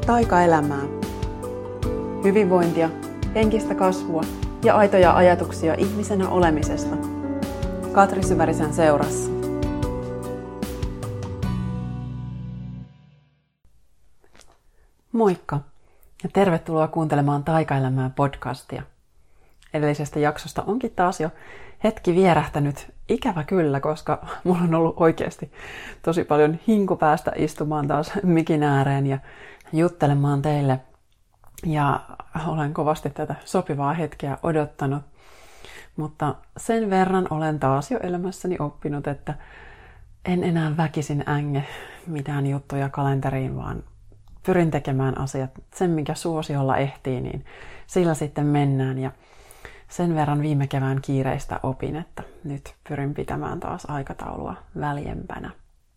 taikaelämää. Hyvinvointia, henkistä kasvua ja aitoja ajatuksia ihmisenä olemisesta. Katri Syvärisen seurassa. Moikka ja tervetuloa kuuntelemaan Taikaelämää podcastia. Edellisestä jaksosta onkin taas jo hetki vierähtänyt, ikävä kyllä, koska mulla on ollut oikeasti tosi paljon hinku päästä istumaan taas mikin ääreen ja juttelemaan teille. Ja olen kovasti tätä sopivaa hetkeä odottanut, mutta sen verran olen taas jo elämässäni oppinut, että en enää väkisin änge mitään juttuja kalenteriin, vaan pyrin tekemään asiat sen, minkä suosiolla ehtii, niin sillä sitten mennään. Ja sen verran viime kevään kiireistä opin, että nyt pyrin pitämään taas aikataulua väljempänä.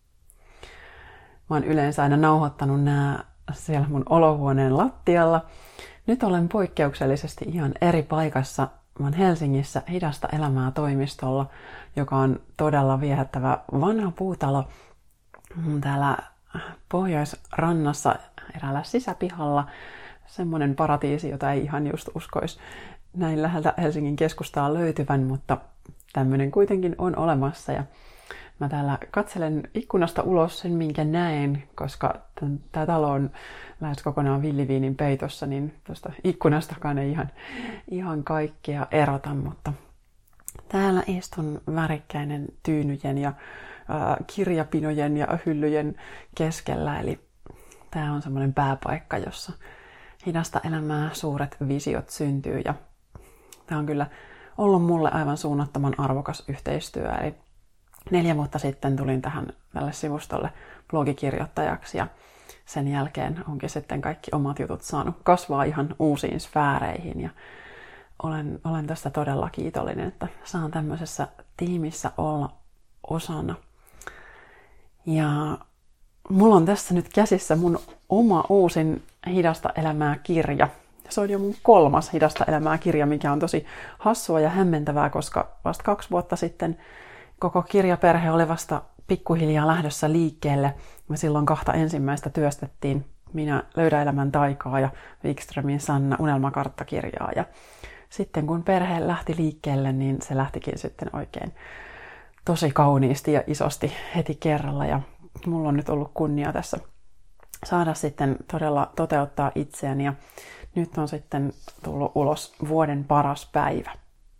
Mä oon yleensä aina nauhoittanut nämä siellä mun olohuoneen lattialla. Nyt olen poikkeuksellisesti ihan eri paikassa. Mä oon Helsingissä Hidasta elämää -toimistolla, joka on todella viehättävä vanha puutalo täällä Pohjoisrannassa eräällä sisäpihalla. Semmoinen paratiisi, jota ei ihan just uskoisi näin läheltä Helsingin keskustaa löytyvän, mutta tämmöinen kuitenkin on olemassa. Ja mä täällä katselen ikkunasta ulos sen, minkä näen, koska tämä talo on lähes kokonaan villiviinin peitossa, niin tuosta ikkunastakaan ei ihan kaikkea erota, mutta täällä istun värikkäinen tyynyjen ja kirjapinojen ja hyllyjen keskellä, eli tämä on semmoinen pääpaikka, jossa hidasta elämää suuret visiot syntyy, ja tämä on kyllä ollut mulle aivan suunnattoman arvokas yhteistyö. Eli 4 vuotta sitten tulin tälle sivustolle blogikirjoittajaksi, ja sen jälkeen onkin sitten kaikki omat jutut saanut kasvaa ihan uusiin sfääreihin, ja olen tästä todella kiitollinen, että saan tämmöisessä tiimissä olla osana. Ja mulla on tässä nyt käsissä mun oma uusin Hidasta elämää -kirja. Se on jo mun 3. Hidasta elämää -kirja, mikä on tosi hassua ja hämmentävää, koska vasta 2 vuotta sitten koko kirjaperhe oli vasta pikkuhiljaa lähdössä liikkeelle. Me silloin 2 ensimmäistä työstettiin. Minä Löydä elämän taikaa ja Wikströmin Sanna unelmakarttakirjaa. Ja sitten kun perhe lähti liikkeelle, niin se lähtikin sitten oikein tosi kauniisti ja isosti heti kerralla. Ja mulla on nyt ollut kunnia tässä saada sitten todella toteuttaa itseäni, ja nyt on sitten tullut ulos vuoden paras päivä.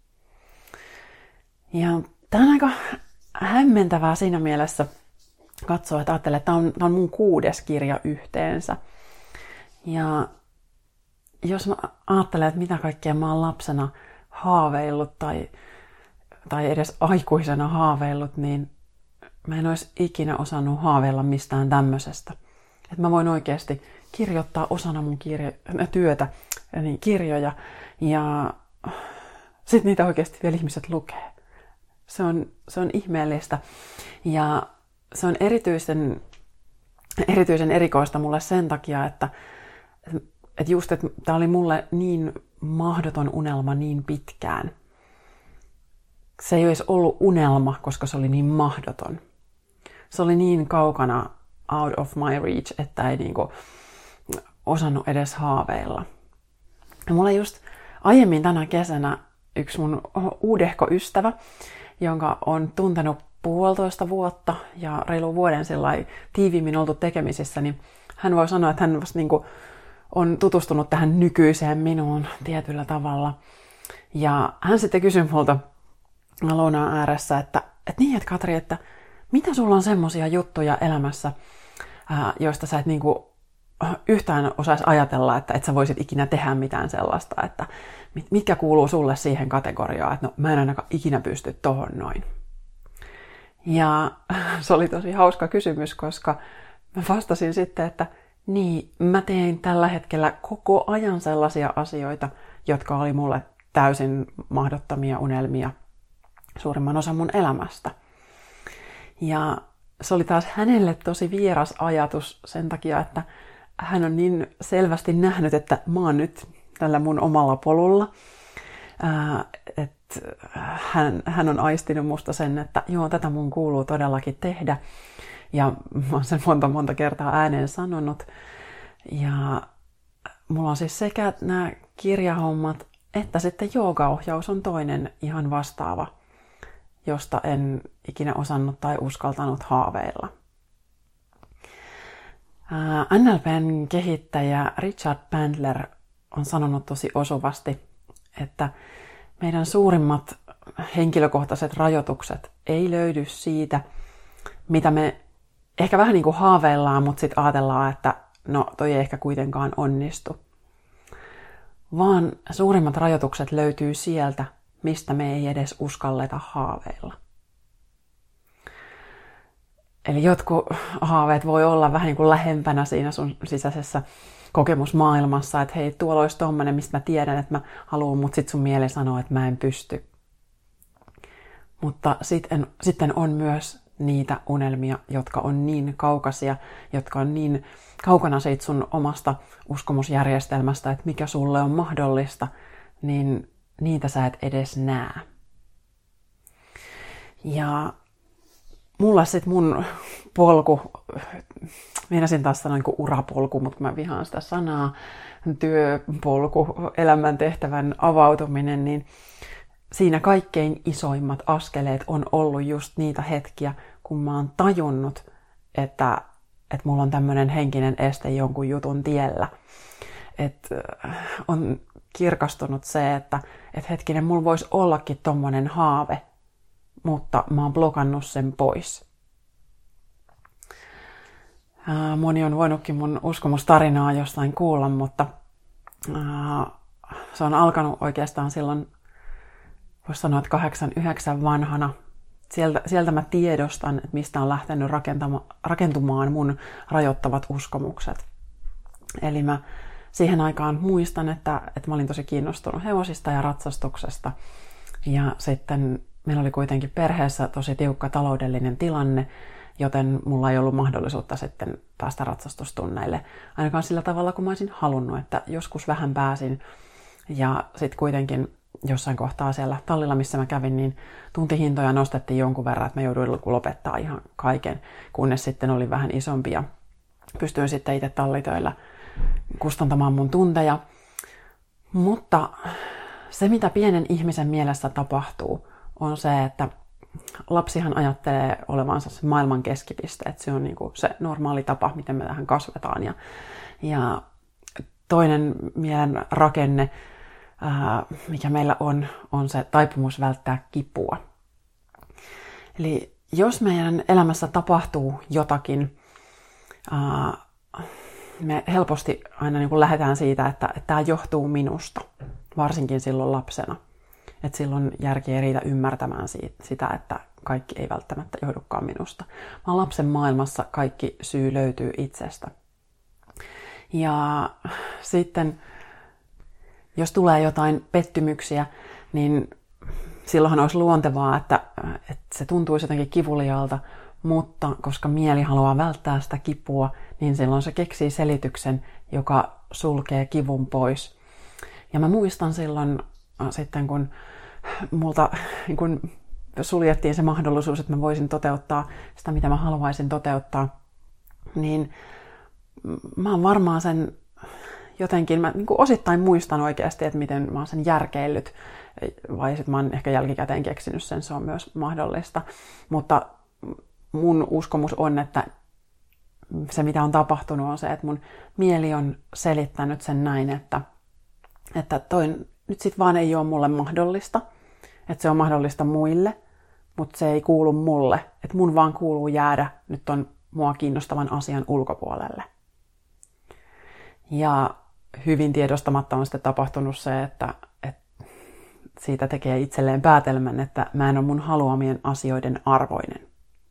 Ja tämä on aika hämmentävää siinä mielessä katsoa, että ajattelen, että tämä on mun 6. kirja yhteensä. Ja jos mä ajattelen, että mitä kaikkea mä oon lapsena haaveillut tai edes aikuisena haaveillut, niin mä en olisi ikinä osannut haaveilla mistään tämmöisestä. Että mä voin oikeasti kirjoittaa osana mun työtä niin kirjoja, ja sitten niitä oikeasti vielä ihmiset lukee. Se on ihmeellistä, ja se on erityisen erikoista mulle sen takia, että tämä oli mulle niin mahdoton unelma niin pitkään. Se ei olisi ollut unelma, koska se oli niin mahdoton. Se oli niin kaukana out of my reach, että ei niinku osannut edes haaveilla. Ja mulla just aiemmin tänä kesänä yksi mun uudehko ystävä, jonka on tuntenut 1,5 vuotta ja reilu vuoden sillai tiiviimmin oltu tekemisissä, niin hän voi sanoa, että hän vasta niinku on tutustunut tähän nykyiseen minuun tietyllä tavalla. Ja hän sitten kysyi multa lounaan ääressä, että Katri, että mitä sulla on semmoisia juttuja elämässä, joista sä et niinku yhtään osaisi ajatella, että et sä voisit ikinä tehdä mitään sellaista, että mitkä kuuluu sulle siihen kategoriaan, että no mä en ainakaan ikinä pysty tohon noin. Ja se oli tosi hauska kysymys, koska mä vastasin sitten, että niin, mä teen tällä hetkellä koko ajan sellaisia asioita, jotka oli mulle täysin mahdottomia unelmia suurimman osan mun elämästä. Ja se oli taas hänelle tosi vieras ajatus sen takia, että hän on niin selvästi nähnyt, että mä oon nyt tällä mun omalla polulla. Että hän on aistinut musta sen, että joo, tätä mun kuuluu todellakin tehdä. Ja mä oon sen monta kertaa ääneen sanonut. Ja mulla on siis sekä nämä kirjahommat että sitten joogaohjaus on toinen ihan vastaava, josta en ikinä osannut tai uskaltanut haaveilla. NLPn kehittäjä Richard Bandler on sanonut tosi osuvasti, että meidän suurimmat henkilökohtaiset rajoitukset ei löydy siitä, mitä me ehkä vähän niin kuin haaveillaan, mutta sitten ajatellaan, että no toi ei ehkä kuitenkaan onnistu. Vaan suurimmat rajoitukset löytyy sieltä, mistä me ei edes uskalleta haaveilla. Eli jotkut haaveet voi olla vähän niin kuin lähempänä siinä sun sisäisessä kokemusmaailmassa, että hei, tuolla olisi tommonen, mistä mä tiedän, että mä haluan, mutta sit sun mieli sanoo, että mä en pysty. Mutta sitten on myös niitä unelmia, jotka on niin kaukaisia, jotka on niin kaukana siitä sun omasta uskomusjärjestelmästä, että mikä sulle on mahdollista, niin niitä sä et edes näe. Ja mulla sitten mun polku, meinasin taas sanoa niin kuin urapolku, mutta mä vihaan sitä sanaa, työpolku, elämäntehtävän avautuminen, niin siinä kaikkein isoimmat askeleet on ollut just niitä hetkiä, kun mä oon tajunnut, että mulla on tämmöinen henkinen este jonkun jutun tiellä. Että on kirkastunut se, että hetkinen, mulla voisi ollakin tommonen haave, mutta mä oon blokannut sen pois. Moni on voinutkin mun uskomustarinaa jostain kuulla, mutta se on alkanut oikeastaan silloin, voisi sanoa, että 8-9 vanhana. Sieltä mä tiedostan, että mistä on lähtenyt rakentumaan mun rajoittavat uskomukset. Eli mä siihen aikaan muistan, että mä olin tosi kiinnostunut hevosista ja ratsastuksesta. Ja sitten meillä oli kuitenkin perheessä tosi tiukka taloudellinen tilanne, joten mulla ei ollut mahdollisuutta sitten päästä ratsastustunneille. Ainakaan sillä tavalla, kun mä olisin halunnut, että joskus vähän pääsin. Ja sitten kuitenkin jossain kohtaa siellä tallilla, missä mä kävin, niin tuntihintoja nostettiin jonkun verran, että mä jouduin lopettaa ihan kaiken, kunnes sitten oli vähän isompi ja pystyin sitten itse tallitöillä kustantamaan mun tunteja. Mutta se, mitä pienen ihmisen mielessä tapahtuu, on se, että lapsihan ajattelee olevansa se maailman keskipiste, että se on niin kuin se normaali tapa, miten me tähän kasvetaan. Ja toinen mielen rakenne, mikä meillä on se taipumus välttää kipua. Eli jos meidän elämässä tapahtuu jotakin, me helposti aina niin kuin lähdetään siitä, että tämä johtuu minusta, varsinkin silloin lapsena. Että silloin järki ei riitä ymmärtämään sitä, että kaikki ei välttämättä johdukaan minusta. Vaan lapsen maailmassa kaikki syy löytyy itsestä. Ja sitten jos tulee jotain pettymyksiä, niin silloinhan olisi luontevaa, että se tuntuisi jotenkin kivuliaalta, mutta koska mieli haluaa välttää sitä kipua, niin silloin se keksii selityksen, joka sulkee kivun pois. Ja mä muistan silloin sitten, kun multa kun suljettiin se mahdollisuus, että mä voisin toteuttaa sitä, mitä mä haluaisin toteuttaa, niin mä oon varmaan sen jotenkin, mä niin kuin osittain muistan oikeasti, että miten mä oon sen järkeillyt, vai sitten mä oon ehkä jälkikäteen keksinyt sen, se on myös mahdollista. Mutta mun uskomus on, että se mitä on tapahtunut on se, että mun mieli on selittänyt sen näin, että toi nyt sit vaan ei ole mulle mahdollista, että se on mahdollista muille, mutta se ei kuulu mulle, että mun vaan kuuluu jäädä nyt ton mua kiinnostavan asian ulkopuolelle. Ja hyvin tiedostamatta on sitten tapahtunut se, että siitä tekee itselleen päätelmän, että mä en ole mun haluamien asioiden arvoinen.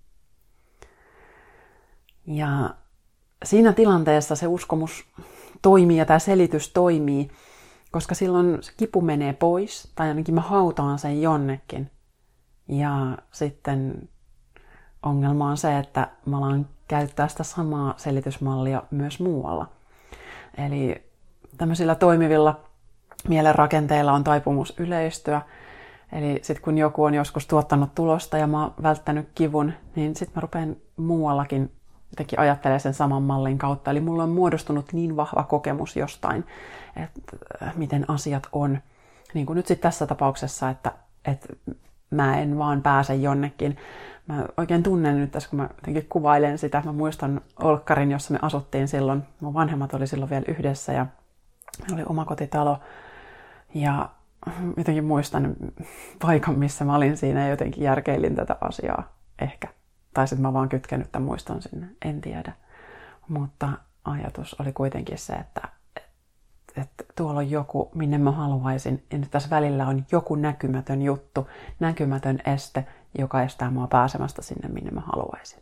Ja siinä tilanteessa se uskomus toimii ja tämä selitys toimii, koska silloin se kipu menee pois, tai ainakin mä hautaan sen jonnekin. Ja sitten ongelma on se, että mä alan käyttää sitä samaa selitysmallia myös muualla. Eli tämmöisillä toimivilla mielenrakenteilla on taipumus yleistyä. Eli sitten kun joku on joskus tuottanut tulosta ja mä oon välttänyt kivun, niin sitten mä rupean muuallakin jotenkin ajattelee sen saman mallin kautta. Eli mulla on muodostunut niin vahva kokemus jostain, että miten asiat on. Niin kuin nyt sitten tässä tapauksessa, että mä en vaan pääse jonnekin. Mä oikein tunnen nyt tässä, kun mä jotenkin kuvailen sitä. Mä muistan olkkarin, jossa me asuttiin silloin. Mun vanhemmat oli silloin vielä yhdessä ja meillä oli oma kotitalo. Ja jotenkin muistan paikan, missä mä olin siinä ja jotenkin järkeilin tätä asiaa ehkä. Tai sitten mä vaan kytkenyt tämän muiston sinne, en tiedä. Mutta ajatus oli kuitenkin se, että tuolla on joku, minne mä haluaisin. Ja nyt tässä välillä on joku näkymätön juttu, näkymätön este, joka estää mua pääsemästä sinne, minne mä haluaisin.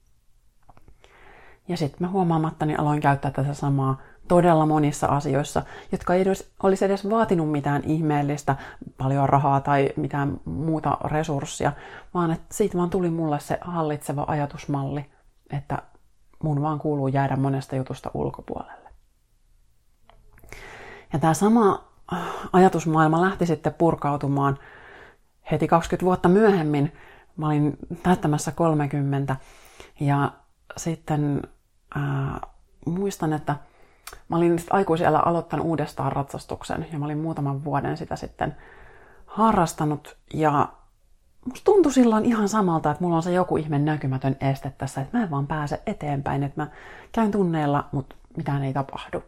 Ja sitten mä huomaamattani aloin käyttää tätä samaa todella monissa asioissa, jotka ei olisi edes vaatinut mitään ihmeellistä, paljon rahaa tai mitään muuta resurssia, vaan että siitä vaan tuli mulle se hallitseva ajatusmalli, että mun vaan kuuluu jäädä monesta jutusta ulkopuolelle. Ja tämä sama ajatusmaailma lähti sitten purkautumaan heti 20 vuotta myöhemmin. Mä olin täyttämässä 30 ja sitten muistan, että mä olin aikuisiällä aloittanut uudestaan ratsastuksen ja mä olin muutaman vuoden sitä sitten harrastanut ja musta tuntui silloin ihan samalta, että mulla on se joku ihme näkymätön este tässä, että mä en vaan pääse eteenpäin, että mä käyn tunneilla, mutta mitään ei tapahdu.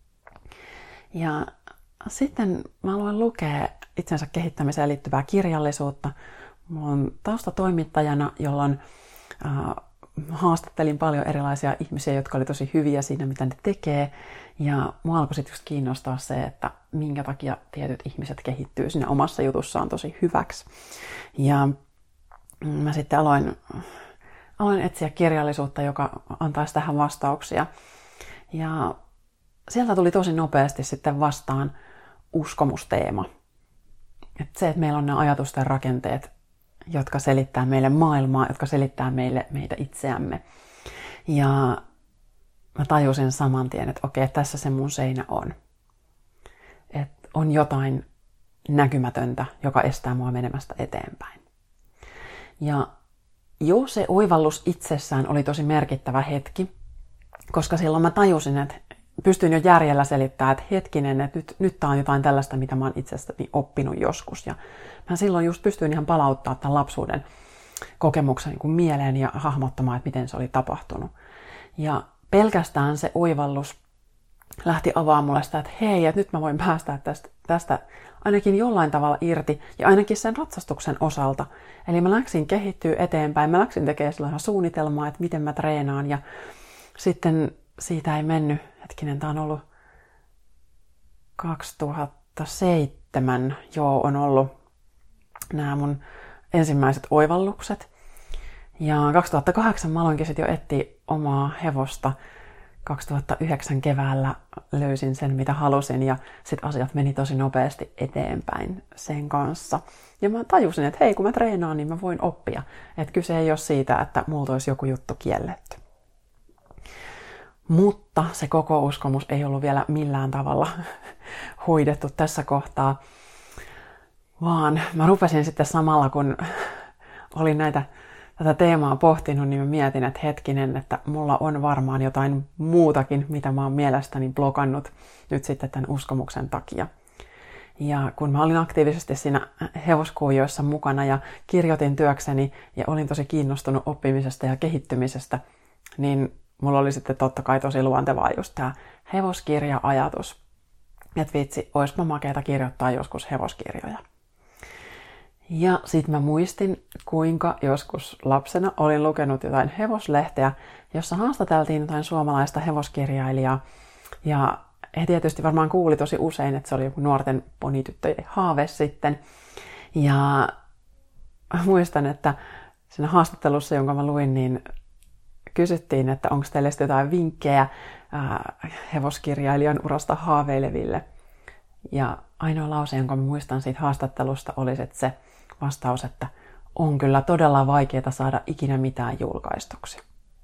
Ja sitten mä aloin lukea itsensä kehittämiseen liittyvää kirjallisuutta. Mulla on taustatoimittajana, jolloin haastattelin paljon erilaisia ihmisiä, jotka oli tosi hyviä siinä, mitä ne tekee. Ja mua alkoi sitten just kiinnostaa se, että minkä takia tietyt ihmiset kehittyy siinä omassa jutussaan tosi hyväksi. Ja mä sitten aloin etsiä kirjallisuutta, joka antaisi tähän vastauksia. Ja sieltä tuli tosi nopeasti sitten vastaan uskomusteema. Että se, että meillä on nämä ajatusten rakenteet, jotka selittää meille maailmaa, jotka selittää meitä itseämme. Ja mä tajusin saman tien, että okei, tässä se mun seinä on. Että on jotain näkymätöntä, joka estää mua menemästä eteenpäin. Ja jo se oivallus itsessään oli tosi merkittävä hetki, koska silloin mä tajusin, että pystyin jo järjellä selittämään, että hetkinen, että nyt tää on jotain tällaista, mitä mä oon itsestäni oppinut joskus. Ja mä silloin just pystyin ihan palauttaa tämän lapsuuden kokemuksen niin kuin mieleen ja hahmottamaan, että miten se oli tapahtunut. Ja pelkästään se oivallus lähti avaamaan mulle sitä, että hei, että nyt mä voin päästä tästä ainakin jollain tavalla irti ja ainakin sen ratsastuksen osalta. Eli mä läksin kehittyä eteenpäin, mä läksin tekemään sellainen suunnitelmaa, että miten mä treenaan ja sitten siitä ei mennyt, tää on ollut 2007, on ollut nämä mun ensimmäiset oivallukset. Ja 2008 mä aloinkin sitten jo etsiä omaa hevosta. 2009 keväällä löysin sen, mitä halusin, ja sitten asiat meni tosi nopeasti eteenpäin sen kanssa. Ja mä tajusin, että hei, kun mä treenaan, niin mä voin oppia. Että kyse ei ole siitä, että multa olisi joku juttu kielletty. Mutta se koko uskomus ei ollut vielä millään tavalla hoidettu tässä kohtaa, vaan mä rupesin sitten samalla, kun olin tätä teemaa pohtinut, niin mä mietin, että hetkinen, että mulla on varmaan jotain muutakin, mitä mä oon mielestäni blokannut nyt sitten tämän uskomuksen takia. Ja kun mä olin aktiivisesti siinä hevoskuvioissa mukana ja kirjoitin työkseni ja olin tosi kiinnostunut oppimisesta ja kehittymisestä, niin mulla oli sitten totta kai tosi luontevaa just tämä hevoskirja-ajatus. Että vitsi, oispa makeata kirjoittaa joskus hevoskirjoja. Ja sitten mä muistin, kuinka joskus lapsena olin lukenut jotain hevoslehteä, jossa haastateltiin jotain suomalaista hevoskirjailijaa. Ja he tietysti varmaan kuuli tosi usein, että se oli joku nuorten ponityttöjen haave sitten. Ja muistan, että siinä haastattelussa, jonka mä luin, niin kysyttiin, että onko teille jotain vinkkejä hevoskirjailijan urasta haaveileville. Ja ainoa lause, jonka mä muistan siitä haastattelusta, oli se vastaus, että on kyllä todella vaikeaa saada ikinä mitään julkaistuksi.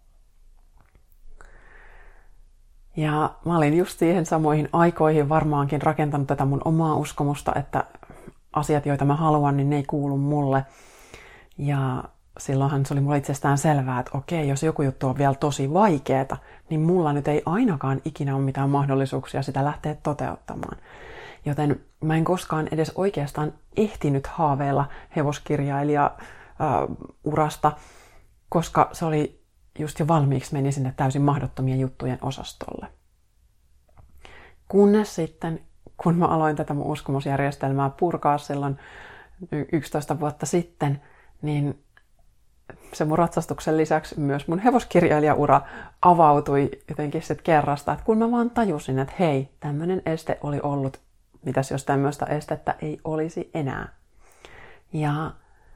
Ja mä olin just siihen samoihin aikoihin varmaankin rakentanut tätä mun omaa uskomusta, että asiat, joita mä haluan, niin ne ei kuulu mulle. Ja silloinhan se oli mulle itsestään selvää, että okei, jos joku juttu on vielä tosi vaikeeta, niin mulla nyt ei ainakaan ikinä ole mitään mahdollisuuksia sitä lähteä toteuttamaan. Joten mä en koskaan edes oikeastaan ehtinyt haaveilla hevoskirjailija-urasta, koska se oli just jo valmiiksi meni sinne täysin mahdottomien juttujen osastolle. Kunnes sitten, kun mä aloin tätä mun uskomusjärjestelmää purkaa silloin 11 vuotta sitten, niin se mun ratsastuksen lisäksi myös mun hevoskirjailijaura avautui jotenkin sitten kerrasta, että kun mä vaan tajusin, että hei, tämmöinen este oli ollut, mitäs jos tämmöistä estettä ei olisi enää. Ja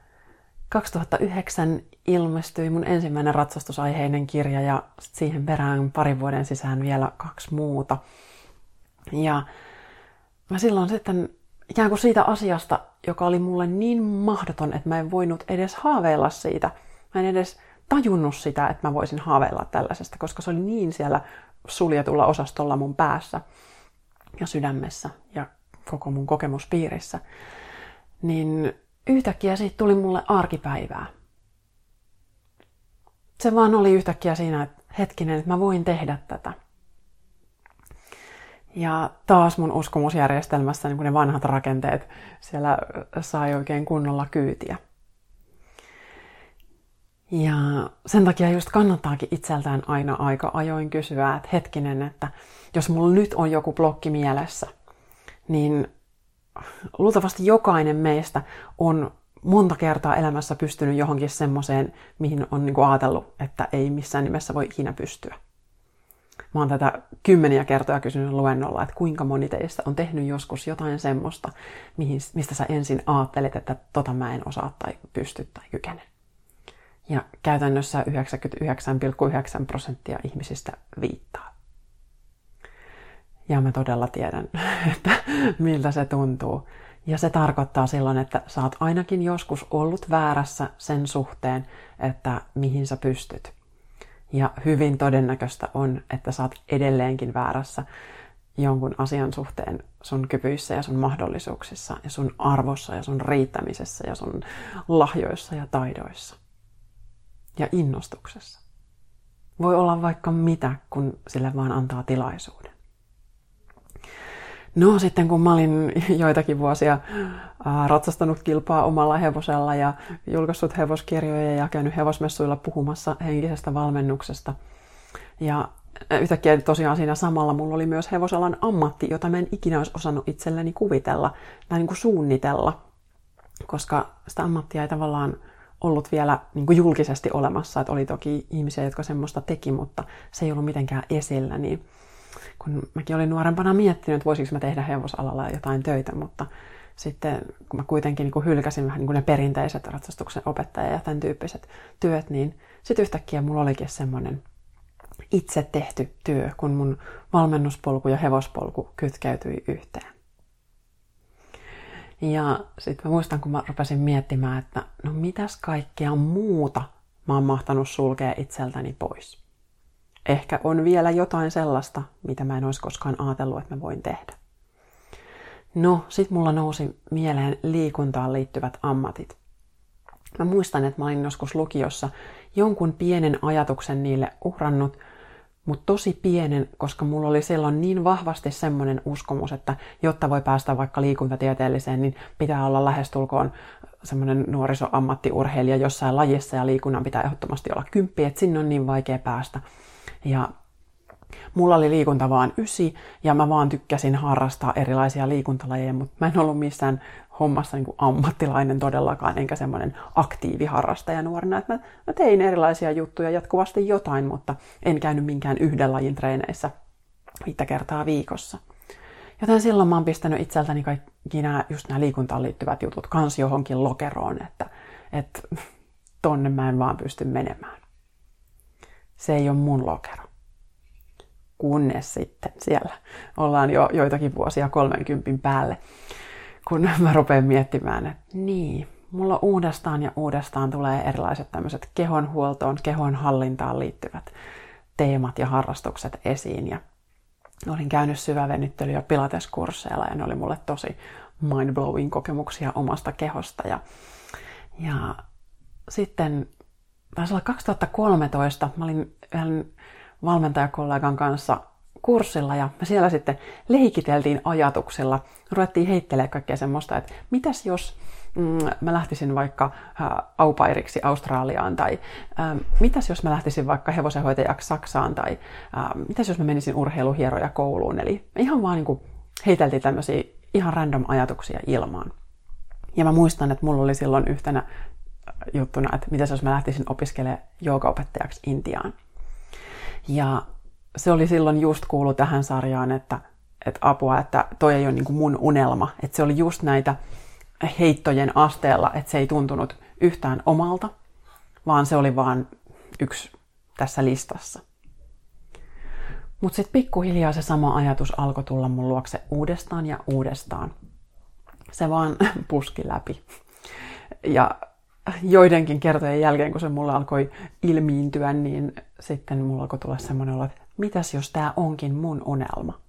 2009 ilmestyi mun ensimmäinen ratsastusaiheinen kirja ja siihen perään parin vuoden sisään vielä 2 muuta. Ja mä silloin sitten ikään kuin siitä asiasta, joka oli mulle niin mahdoton, että mä en voinut edes haaveilla siitä. Mä en edes tajunnut sitä, että mä voisin haaveilla tällaisesta, koska se oli niin siellä suljetulla osastolla mun päässä ja sydämessä ja koko mun kokemuspiirissä. Niin yhtäkkiä siitä tuli mulle arkipäivää. Se vaan oli yhtäkkiä siinä, että hetkinen, että mä voin tehdä tätä. Ja taas mun uskomusjärjestelmässä niin kun ne vanhat rakenteet siellä sai oikein kunnolla kyytiä. Ja sen takia just kannattaakin itseltään aina aika ajoin kysyä, että hetkinen, että jos mulla nyt on joku blokki mielessä, niin luultavasti jokainen meistä on monta kertaa elämässä pystynyt johonkin semmoiseen, mihin on niin kuin ajatellut, että ei missään nimessä voi ikinä pystyä. Mä oon tätä 10 kertoja kysynyt luennolla, että kuinka moni teistä on tehnyt joskus jotain semmoista, mistä sä ensin ajattelit, että tota mä en osaa tai pysty tai kykene. Ja käytännössä 99,9% ihmisistä viittaa. Ja mä todella tiedän, että miltä se tuntuu. Ja se tarkoittaa silloin, että sä oot ainakin joskus ollut väärässä sen suhteen, että mihin sä pystyt. Ja hyvin todennäköistä on, että sä oot edelleenkin väärässä jonkun asian suhteen sun kyvyissä ja sun mahdollisuuksissa ja sun arvossa ja sun riittämisessä ja sun lahjoissa ja taidoissa. Ja innostuksessa. Voi olla vaikka mitä, kun sille vaan antaa tilaisuuden. No sitten kun mä olin joitakin vuosia ratsastanut kilpaa omalla hevosella ja julkaissut hevoskirjoja ja käynyt hevosmessuilla puhumassa henkisestä valmennuksesta. Ja yhtäkkiä tosiaan siinä samalla mulla oli myös hevosalan ammatti, jota mä en ikinä olisi osannut itselleni kuvitella tai niin kuin suunnitella, koska sitä ammattia ei tavallaan ollut vielä niin kuin julkisesti olemassa. Että oli toki ihmisiä, jotka semmoista teki, mutta se ei ollut mitenkään esillä. Niin kun mäkin olin nuorempana miettinyt, että voisinko mä tehdä hevosalalla jotain töitä, mutta sitten kun mä kuitenkin niin kuin hylkäsin vähän niin kuin ne perinteiset ratsastuksen opettaja ja tämän tyyppiset työt, niin sitten yhtäkkiä mulla olikin semmoinen itse tehty työ, kun mun valmennuspolku ja hevospolku kytkeytyi yhteen. Ja sitten mä muistan, kun mä rupesin miettimään, että no mitäs kaikkea muuta mä oon mahtanut sulkea itseltäni pois. Ehkä on vielä jotain sellaista, mitä mä en olisi koskaan ajatellut, että mä voin tehdä. No, sit mulla nousi mieleen liikuntaan liittyvät ammatit. Mä muistan, että mä olin joskus lukiossa jonkun pienen ajatuksen niille uhrannut, mutta tosi pienen, koska mulla oli silloin niin vahvasti semmoinen uskomus, että jotta voi päästä vaikka liikuntatieteelliseen, niin pitää olla lähestulkoon semmoinen nuorisoammattiurheilija jossain lajissa ja liikunnan pitää ehdottomasti olla 10, että sinne on niin vaikea päästä. Ja mulla oli liikunta vaan 9 ja mä vaan tykkäsin harrastaa erilaisia liikuntalajeja, mutta mä en ollut missään hommassa niin kuin ammattilainen todellakaan, enkä semmoinen aktiiviharrastaja nuorena. Että mä tein erilaisia juttuja jatkuvasti jotain, mutta en käynyt minkään yhden lajin treeneissä 5 kertaa viikossa. Joten silloin mä oon pistänyt itseltäni kaikki just nämä liikuntaan liittyvät jutut kans johonkin lokeroon, että tonne mä en vaan pysty menemään. Se ei ole mun lokero. Kunnes sitten siellä ollaan jo joitakin vuosia 30 päälle, kun mä rupean miettimään, että niin, mulla uudestaan ja uudestaan tulee erilaiset tämmöiset kehonhuoltoon, kehonhallintaan liittyvät teemat ja harrastukset esiin. Ja olin käynyt syvävenyttely- ja pilateskursseilla ja ne oli mulle tosi mind-blowing kokemuksia omasta kehosta. Ja sitten taisi olla 2013, mä olin yhden valmentajakollegan kanssa kurssilla ja me siellä sitten leikiteltiin ajatuksilla, ruvettiin heittelemään kaikkea semmoista, että mitäs jos mä lähtisin vaikka aupairiksi Australiaan, tai mitäs jos mä lähtisin vaikka hevosenhoitajaksi Saksaan, tai mitäs jos mä menisin urheiluhierojakouluun. Eli me ihan vaan niin kuin heiteltiin tämmöisiä ihan random ajatuksia ilmaan. Ja mä muistan, että mulla oli silloin yhtenä juttuna, että mitäs jos mä lähtisin opiskelemaan joogaopettajaksi Intiaan. Ja se oli silloin just kuulu tähän sarjaan, että apua, että toi ei ole niin kuin mun unelma. Että se oli just näitä heittojen asteella, että se ei tuntunut yhtään omalta, vaan se oli vaan yksi tässä listassa. Mutta sitten pikkuhiljaa se sama ajatus alkoi tulla mun luokse uudestaan ja uudestaan. Se vaan puski läpi. Ja joidenkin kertojen jälkeen, kun se mulla alkoi ilmiintyä, niin sitten mulla alkoi tulla semmoinen olo, että mitäs jos tää onkin mun unelma?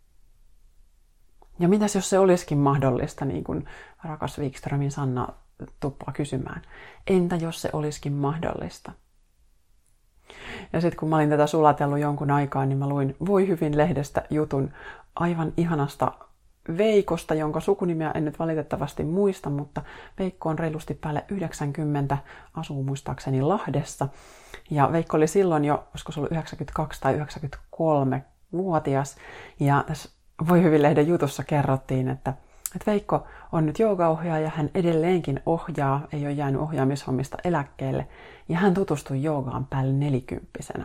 Ja mitäs jos se olisikin mahdollista, niin kuin rakas Wikströmin Sanna tuppaa kysymään. Entä jos se olisikin mahdollista? Ja sitten kun mä olin tätä sulatellut jonkun aikaa, niin mä luin Voi hyvin -lehdestä jutun aivan ihanasta Veikosta, jonka sukunimeä en nyt valitettavasti muista, mutta Veikko on reilusti päälle 90, asuu muistaakseni Lahdessa. Ja Veikko oli silloin jo, olisiko se ollut 92 tai 93-vuotias. Ja tässä Voi hyvin -lehden jutussa kerrottiin, että Veikko on nyt joogaohjaaja, hän edelleenkin ohjaa, ei ole jäänyt ohjaamishommista eläkkeelle, ja hän tutustui joogaan päälle 40-vuotiaana.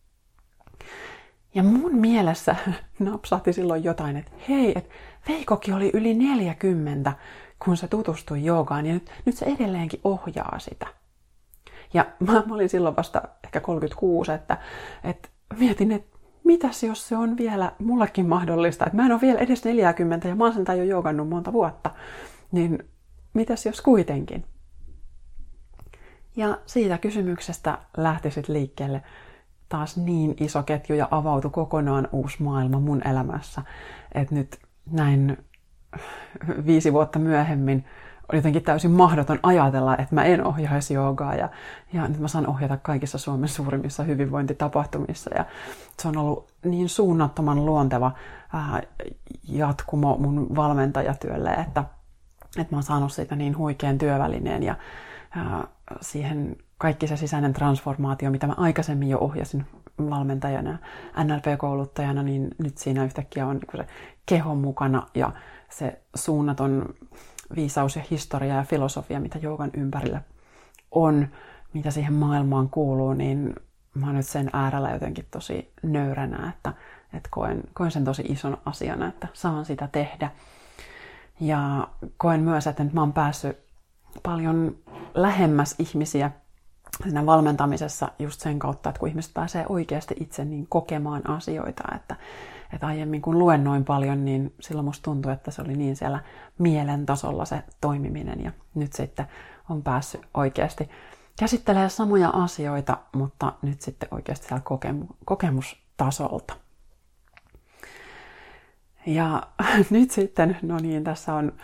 Ja mun mielessä napsahti silloin jotain, että hei, että Veikokin oli yli 40, kun se tutustui joogaan, ja nyt se edelleenkin ohjaa sitä. Ja mä olin silloin vasta ehkä 36, että mietin, että mitäs jos se on vielä mullekin mahdollista, että mä en ole vielä edes 40 ja mä oon sentään jo joogannut monta vuotta, niin mitäs jos kuitenkin? Ja siitä kysymyksestä lähti sitten liikkeelle taas niin iso ketju ja avautui kokonaan uusi maailma mun elämässä, että nyt näin 5 vuotta myöhemmin on jotenkin täysin mahdoton ajatella, että mä en ohjaisi joogaa ja nyt mä saan ohjata kaikissa Suomen suurimmissa hyvinvointitapahtumissa ja se on ollut niin suunnattoman luonteva jatkumo mun valmentajatyölle, että mä oon saanut siitä niin huikean työvälineen ja siihen kaikki se sisäinen transformaatio, mitä mä aikaisemmin jo ohjasin valmentajana ja NLP-kouluttajana, niin nyt siinä yhtäkkiä on se keho mukana ja se suunnaton viisaus ja historia ja filosofia, mitä joogan ympärillä on, mitä siihen maailmaan kuuluu, niin mä oon nyt sen äärellä jotenkin tosi nöyränä, että koen sen tosi ison asiana, että saan sitä tehdä. Ja koen myös, että nyt mä oon päässyt paljon lähemmäs ihmisiä siinä valmentamisessa just sen kautta, että kun ihmiset pääsee oikeasti itse niin kokemaan asioita, että aiemmin kun luennoin paljon, niin silloin musta tuntui, että se oli niin siellä mielen tasolla se toimiminen ja nyt sitten on päässyt oikeasti käsittelemään samoja asioita, mutta nyt sitten oikeasti siellä kokemustasolta. Ja nyt sitten, no niin, tässä on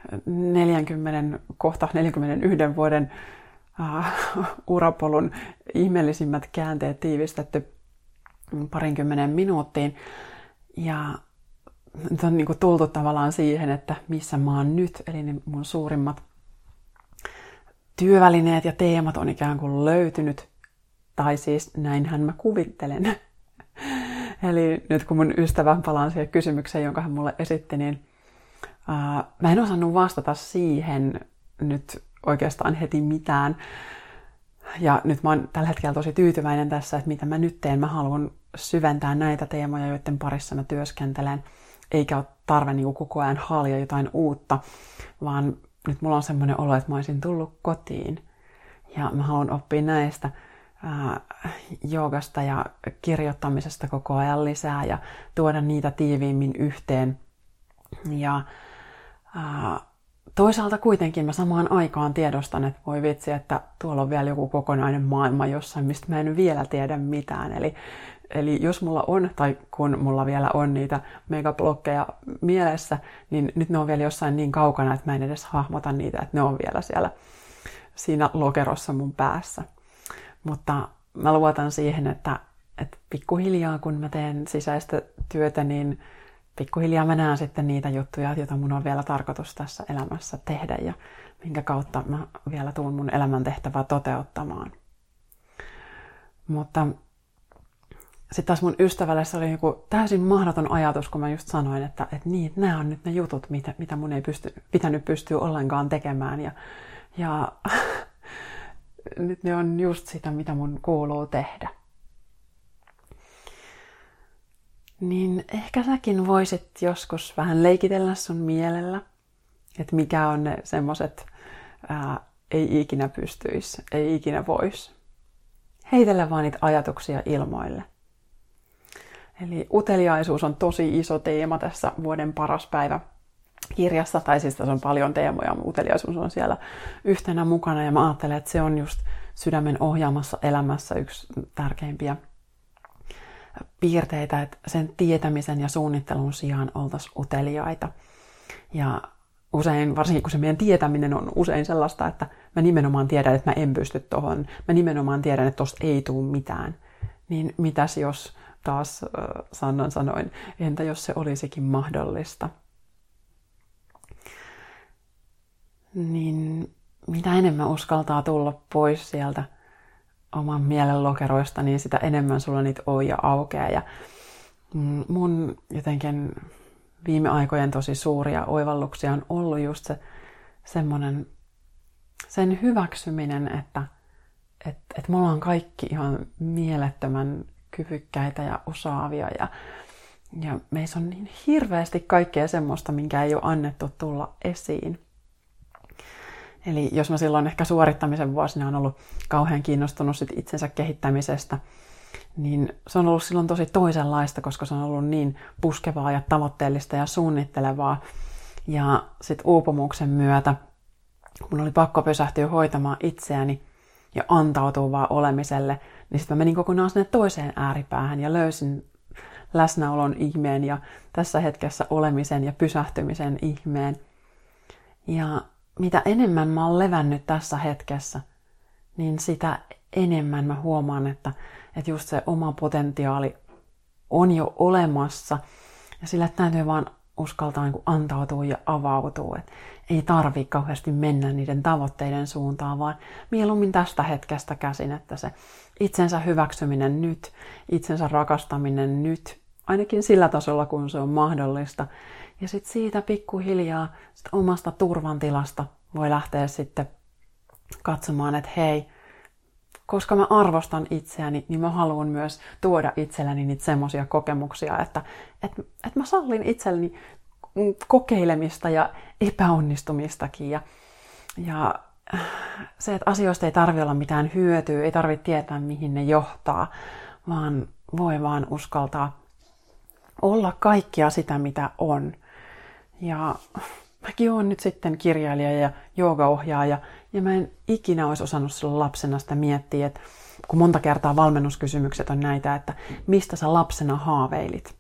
kohta 41 vuoden urapolun ihmeellisimmät käänteet tiivistetty 20 minuuttiin. Ja nyt on niinku tultu tavallaan siihen, että missä mä oon nyt, eli ne mun suurimmat työvälineet ja teemat on ikään kuin löytynyt, tai siis näinhän mä kuvittelen. Eli nyt kun mun ystävä palaan siihen kysymykseen, jonka hän mulle esitti, niin mä en osannut vastata siihen nyt oikeastaan heti mitään. Ja nyt mä oon tällä hetkellä tosi tyytyväinen tässä, että mitä mä nyt teen. Mä haluan syventää näitä teemoja, joiden parissa mä työskentelen. Eikä ole tarve niin koko ajan haalia jotain uutta, vaan nyt mulla on semmoinen olo, että mä olisin tullut kotiin. Ja mä haluan oppia näistä joogasta ja kirjoittamisesta koko ajan lisää ja tuoda niitä tiiviimmin yhteen. Ja toisaalta kuitenkin mä samaan aikaan tiedostan, että voi vitsi, että tuolla on vielä joku kokonainen maailma jossain, mistä mä en vielä tiedä mitään. Eli jos mulla on, tai kun mulla vielä on niitä megablokkeja mielessä, niin nyt ne on vielä jossain niin kaukana, että mä en edes hahmota niitä, että ne on vielä siellä siinä lokerossa mun päässä. Mutta mä luotan siihen, että pikkuhiljaa kun mä teen sisäistä työtä, niin pikkuhiljaa mä näen sitten niitä juttuja, joita mun on vielä tarkoitus tässä elämässä tehdä ja minkä kautta mä vielä tuun mun elämäntehtävää toteuttamaan. Mutta sitten taas mun ystävälle se oli joku täysin mahdoton ajatus, kun mä just sanoin, että niin, nämä on nyt ne jutut, mitä mun ei pitänyt pystyä ollenkaan tekemään. Ja nyt ne on just sitä, mitä mun kuuluu tehdä. Niin ehkä säkin voisit joskus vähän leikitellä sun mielellä, että mikä on ne semmoset ei ikinä pystyisi, ei ikinä vois. Heitellä vaan niitä ajatuksia ilmoille. Eli uteliaisuus on tosi iso teema tässä vuoden paras päivä kirjassa, tai siis tässä on paljon teemoja, mutta uteliaisuus on siellä yhtenä mukana, ja mä ajattelen, että se on just sydämen ohjaamassa elämässä yksi tärkeimpiä piirteitä, että sen tietämisen ja suunnittelun sijaan oltaisiin uteliaita. Ja usein, varsinkin kun se meidän tietäminen on usein sellaista, että mä nimenomaan tiedän, että mä en pysty tohon, mä nimenomaan tiedän, että tosta ei tule mitään, niin mitäs jos taas Sannan sanoin, entä jos se olisikin mahdollista? Niin mitä enemmän uskaltaa tulla pois sieltä oman mielen lokeroista, niin sitä enemmän sulla niitä ovia aukeaa. Ja mun jotenkin viime aikojen tosi suuria oivalluksia on ollut just se semmoinen sen hyväksyminen, että me ollaan kaikki ihan mielettömän kyvykkäitä ja osaavia ja meissä on niin hirveästi kaikkea semmoista, minkä ei ole annettu tulla esiin. Eli jos mä silloin ehkä suorittamisen vuosina on ollut kauhean kiinnostunut sit itsensä kehittämisestä, niin se on ollut silloin tosi toisenlaista, koska se on ollut niin puskevaa ja tavoitteellista ja suunnittelevaa. Ja sitten uupumuksen myötä mun oli pakko pysähtyä hoitamaan itseäni ja antautua vaan olemiselle, niin sitten mä menin kokonaan sinne toiseen ääripäähän ja löysin läsnäolon ihmeen ja tässä hetkessä olemisen ja pysähtymisen ihmeen. Ja mitä enemmän mä oon levännyt tässä hetkessä, niin sitä enemmän mä huomaan, että just se oma potentiaali on jo olemassa ja sillä täytyy vaan uskaltaa niin kuin antautua ja avautua. Et ei tarvitse kauheasti mennä niiden tavoitteiden suuntaan, vaan mieluummin tästä hetkestä käsin, että se itsensä hyväksyminen nyt, itsensä rakastaminen nyt, ainakin sillä tasolla, kun se on mahdollista. Ja sitten siitä pikkuhiljaa sit omasta turvantilasta voi lähteä sitten katsomaan, että hei, koska mä arvostan itseäni, niin mä haluan myös tuoda itselleni niitä semmoisia kokemuksia, että mä sallin itselleni kokeilemista ja epäonnistumistakin. Ja se, että asioista ei tarvitse olla mitään hyötyä, ei tarvitse tietää, mihin ne johtaa, vaan voi vaan uskaltaa olla kaikkia sitä, mitä on. Ja mäkin olen nyt sitten kirjailija ja joogaohjaaja, ja mä en ikinä olisi osannut silloin lapsena sitä miettiä, että kun monta kertaa valmennuskysymykset on näitä, että mistä sä lapsena haaveilit.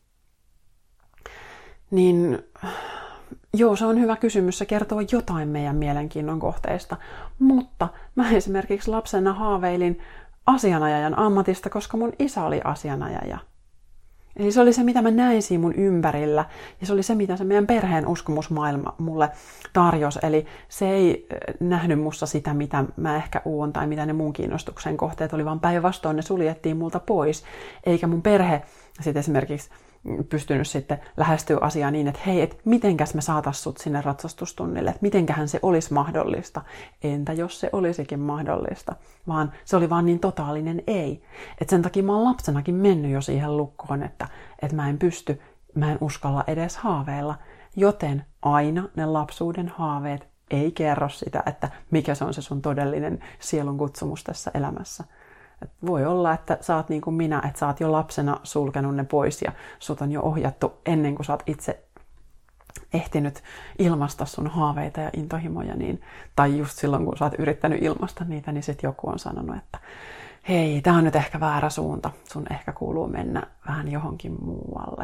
Niin joo, se on hyvä kysymys, se kertoo jotain meidän mielenkiinnon kohteista, mutta mä esimerkiksi lapsena haaveilin asianajajan ammatista, koska mun isä oli asianajaja. Eli se oli se, mitä mä näin siinä mun ympärillä, ja se oli se, mitä se meidän perheen uskomusmaailma mulle tarjosi. Eli se ei nähnyt musta sitä, mitä mä ehkä uon tai mitä ne mun kiinnostuksen kohteet oli, vaan päinvastoin ne suljettiin multa pois. Eikä mun perhe sitten esimerkiksi pystynyt sitten lähestyä asiaa niin, että hei, mitenkäs me saatais sut sinne ratsastustunnille, että mitenkähän se olisi mahdollista. Entä jos se olisikin mahdollista? Vaan se oli vaan niin totaalinen ei. Että sen takia mä oon lapsenakin mennyt jo siihen lukkoon, että mä en uskalla edes haaveilla. Joten aina ne lapsuuden haaveet ei kerro sitä, että mikä se on se sun todellinen sielun kutsumus tässä elämässä. Et voi olla, että sä oot niin kuin minä, että sä oot jo lapsena sulkenut ne pois ja sut on jo ohjattu ennen kuin sä oot itse ehtinyt ilmaista sun haaveita ja intohimoja. Tai just silloin, kun sä oot yrittänyt ilmaista niitä, niin sit joku on sanonut, että hei, tää on nyt ehkä väärä suunta. Sun ehkä kuuluu mennä vähän johonkin muualle.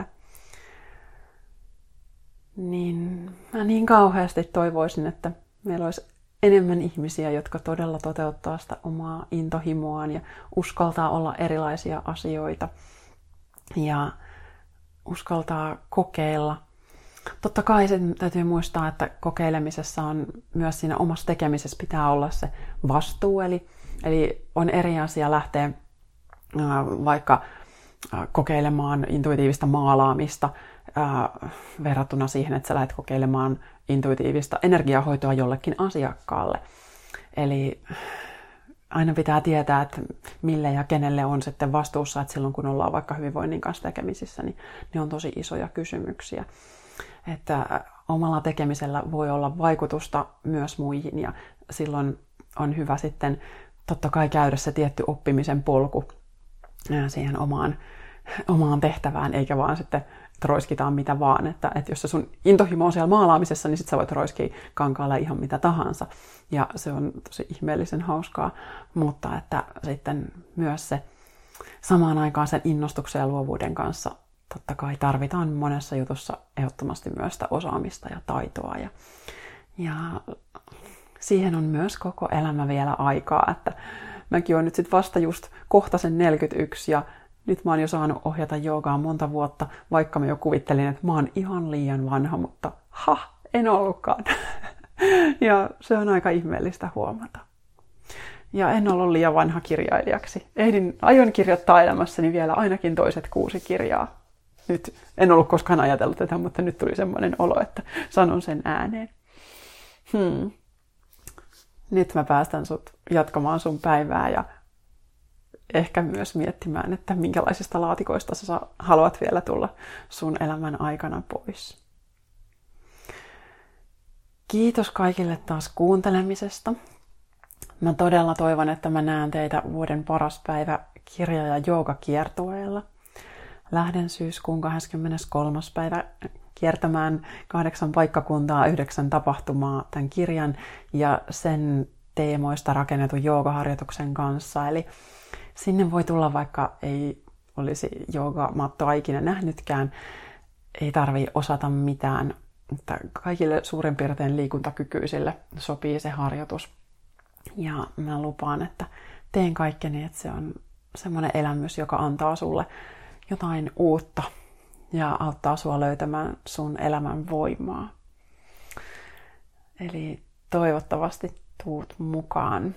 Niin mä niin kauheasti toivoisin, että meillä olisi enemmän ihmisiä, jotka todella toteuttaa sitä omaa intohimoaan ja uskaltaa olla erilaisia asioita ja uskaltaa kokeilla. Totta kai sen täytyy muistaa, että kokeilemisessa on myös siinä omassa tekemisessä pitää olla se vastuu. Eli on eri asia lähteä vaikka kokeilemaan intuitiivista maalaamista verrattuna siihen, että sä lähdet kokeilemaan intuitiivista energiahoitoa jollekin asiakkaalle. Eli aina pitää tietää, että mille ja kenelle on sitten vastuussa, että silloin kun ollaan vaikka hyvinvoinnin kanssa tekemisissä, niin ne on tosi isoja kysymyksiä. Että omalla tekemisellä voi olla vaikutusta myös muihin ja silloin on hyvä sitten totta kai käydä se tietty oppimisen polku siihen omaan tehtävään, eikä vaan sitten roiskitaan mitä vaan. Että jos se sun intohimo on siellä maalaamisessa, niin sit sä voit roiskia kankaalla ihan mitä tahansa. Ja se on tosi ihmeellisen hauskaa, mutta että sitten myös se samaan aikaan sen innostuksen ja luovuuden kanssa totta kai tarvitaan monessa jutussa ehdottomasti myös sitä osaamista ja taitoa. Ja siihen on myös koko elämä vielä aikaa, että mäkin olen nyt sitten vasta just kohta sen 41 ja nyt mä oon jo saanut ohjata joogaa monta vuotta, vaikka mä jo kuvittelin, että mä oon ihan liian vanha, mutta en ollutkaan. Ja se on aika ihmeellistä huomata. Ja en ollut liian vanha kirjailijaksi. Aion kirjoittaa elämässäni vielä ainakin toiset 6 kirjaa. Nyt en ollut koskaan ajatellut tätä, mutta nyt tuli semmoinen olo, että sanon sen ääneen. Nyt mä päästän sut jatkamaan sun päivää ja ehkä myös miettimään, että minkälaisista laatikoista sä haluat vielä tulla sun elämän aikana pois. Kiitos kaikille taas kuuntelemisesta. Mä todella toivon, että mä näen teitä vuoden paras päivä kirja- ja joogakiertueella. Lähden syyskuun 23. päivä kiertämään 8 paikkakuntaa, 9 tapahtumaa tämän kirjan ja sen teemoista rakennetun joogaharjoituksen kanssa. Eli sinne voi tulla, vaikka ei olisi joogamattoa ikinä nähnytkään, ei tarvitse osata mitään. Mutta kaikille suurin piirtein liikuntakykyisille sopii se harjoitus. Ja mä lupaan, että teen kaikkeni, että se on semmoinen elämys, joka antaa sulle jotain uutta ja auttaa sua löytämään sun elämän voimaa. Eli toivottavasti tuut mukaan.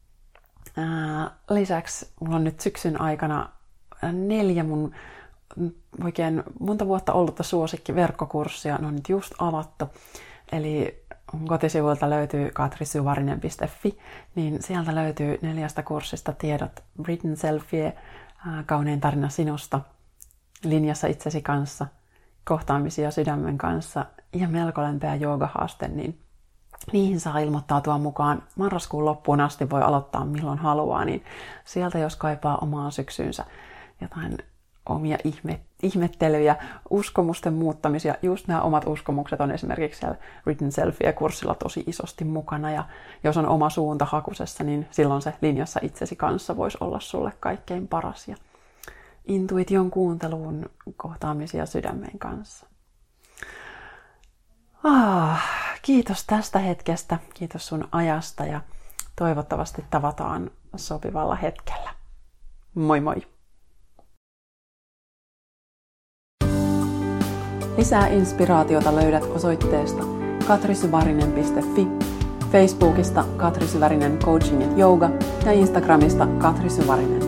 Lisäksi mulla on nyt syksyn aikana 4 mun oikein monta vuotta ollutta suosikkiverkkokurssia. Ne on nyt just avattu. Eli kotisivuilta löytyy katrisyvarinen.fi, niin sieltä löytyy 4 kurssista tiedot. Written Selfie, kaunein tarina sinusta, linjassa itsesi kanssa, kohtaamisia sydämen kanssa ja melko lempeä joogahaaste, niin niihin saa ilmoittautua mukaan. Marraskuun loppuun asti voi aloittaa milloin haluaa, niin sieltä jos kaipaa omaan syksyynsä jotain omia ihmettelyjä, uskomusten muuttamisia. Just nämä omat uskomukset on esimerkiksi siellä Written Selfie-kurssilla tosi isosti mukana. Ja jos on oma suunta hakusessa, niin silloin se linjassa itsesi kanssa voisi olla sulle kaikkein paras. Ja intuition kuunteluun kohtaamisia sydämen kanssa. Kiitos tästä hetkestä, kiitos sun ajasta ja toivottavasti tavataan sopivalla hetkellä. Moi moi! Lisää inspiraatiota löydät osoitteesta katrisyvarinen.fi, Facebookista Katri Syvärinen Coaching & Yoga ja Instagramista Katri Syvärinen.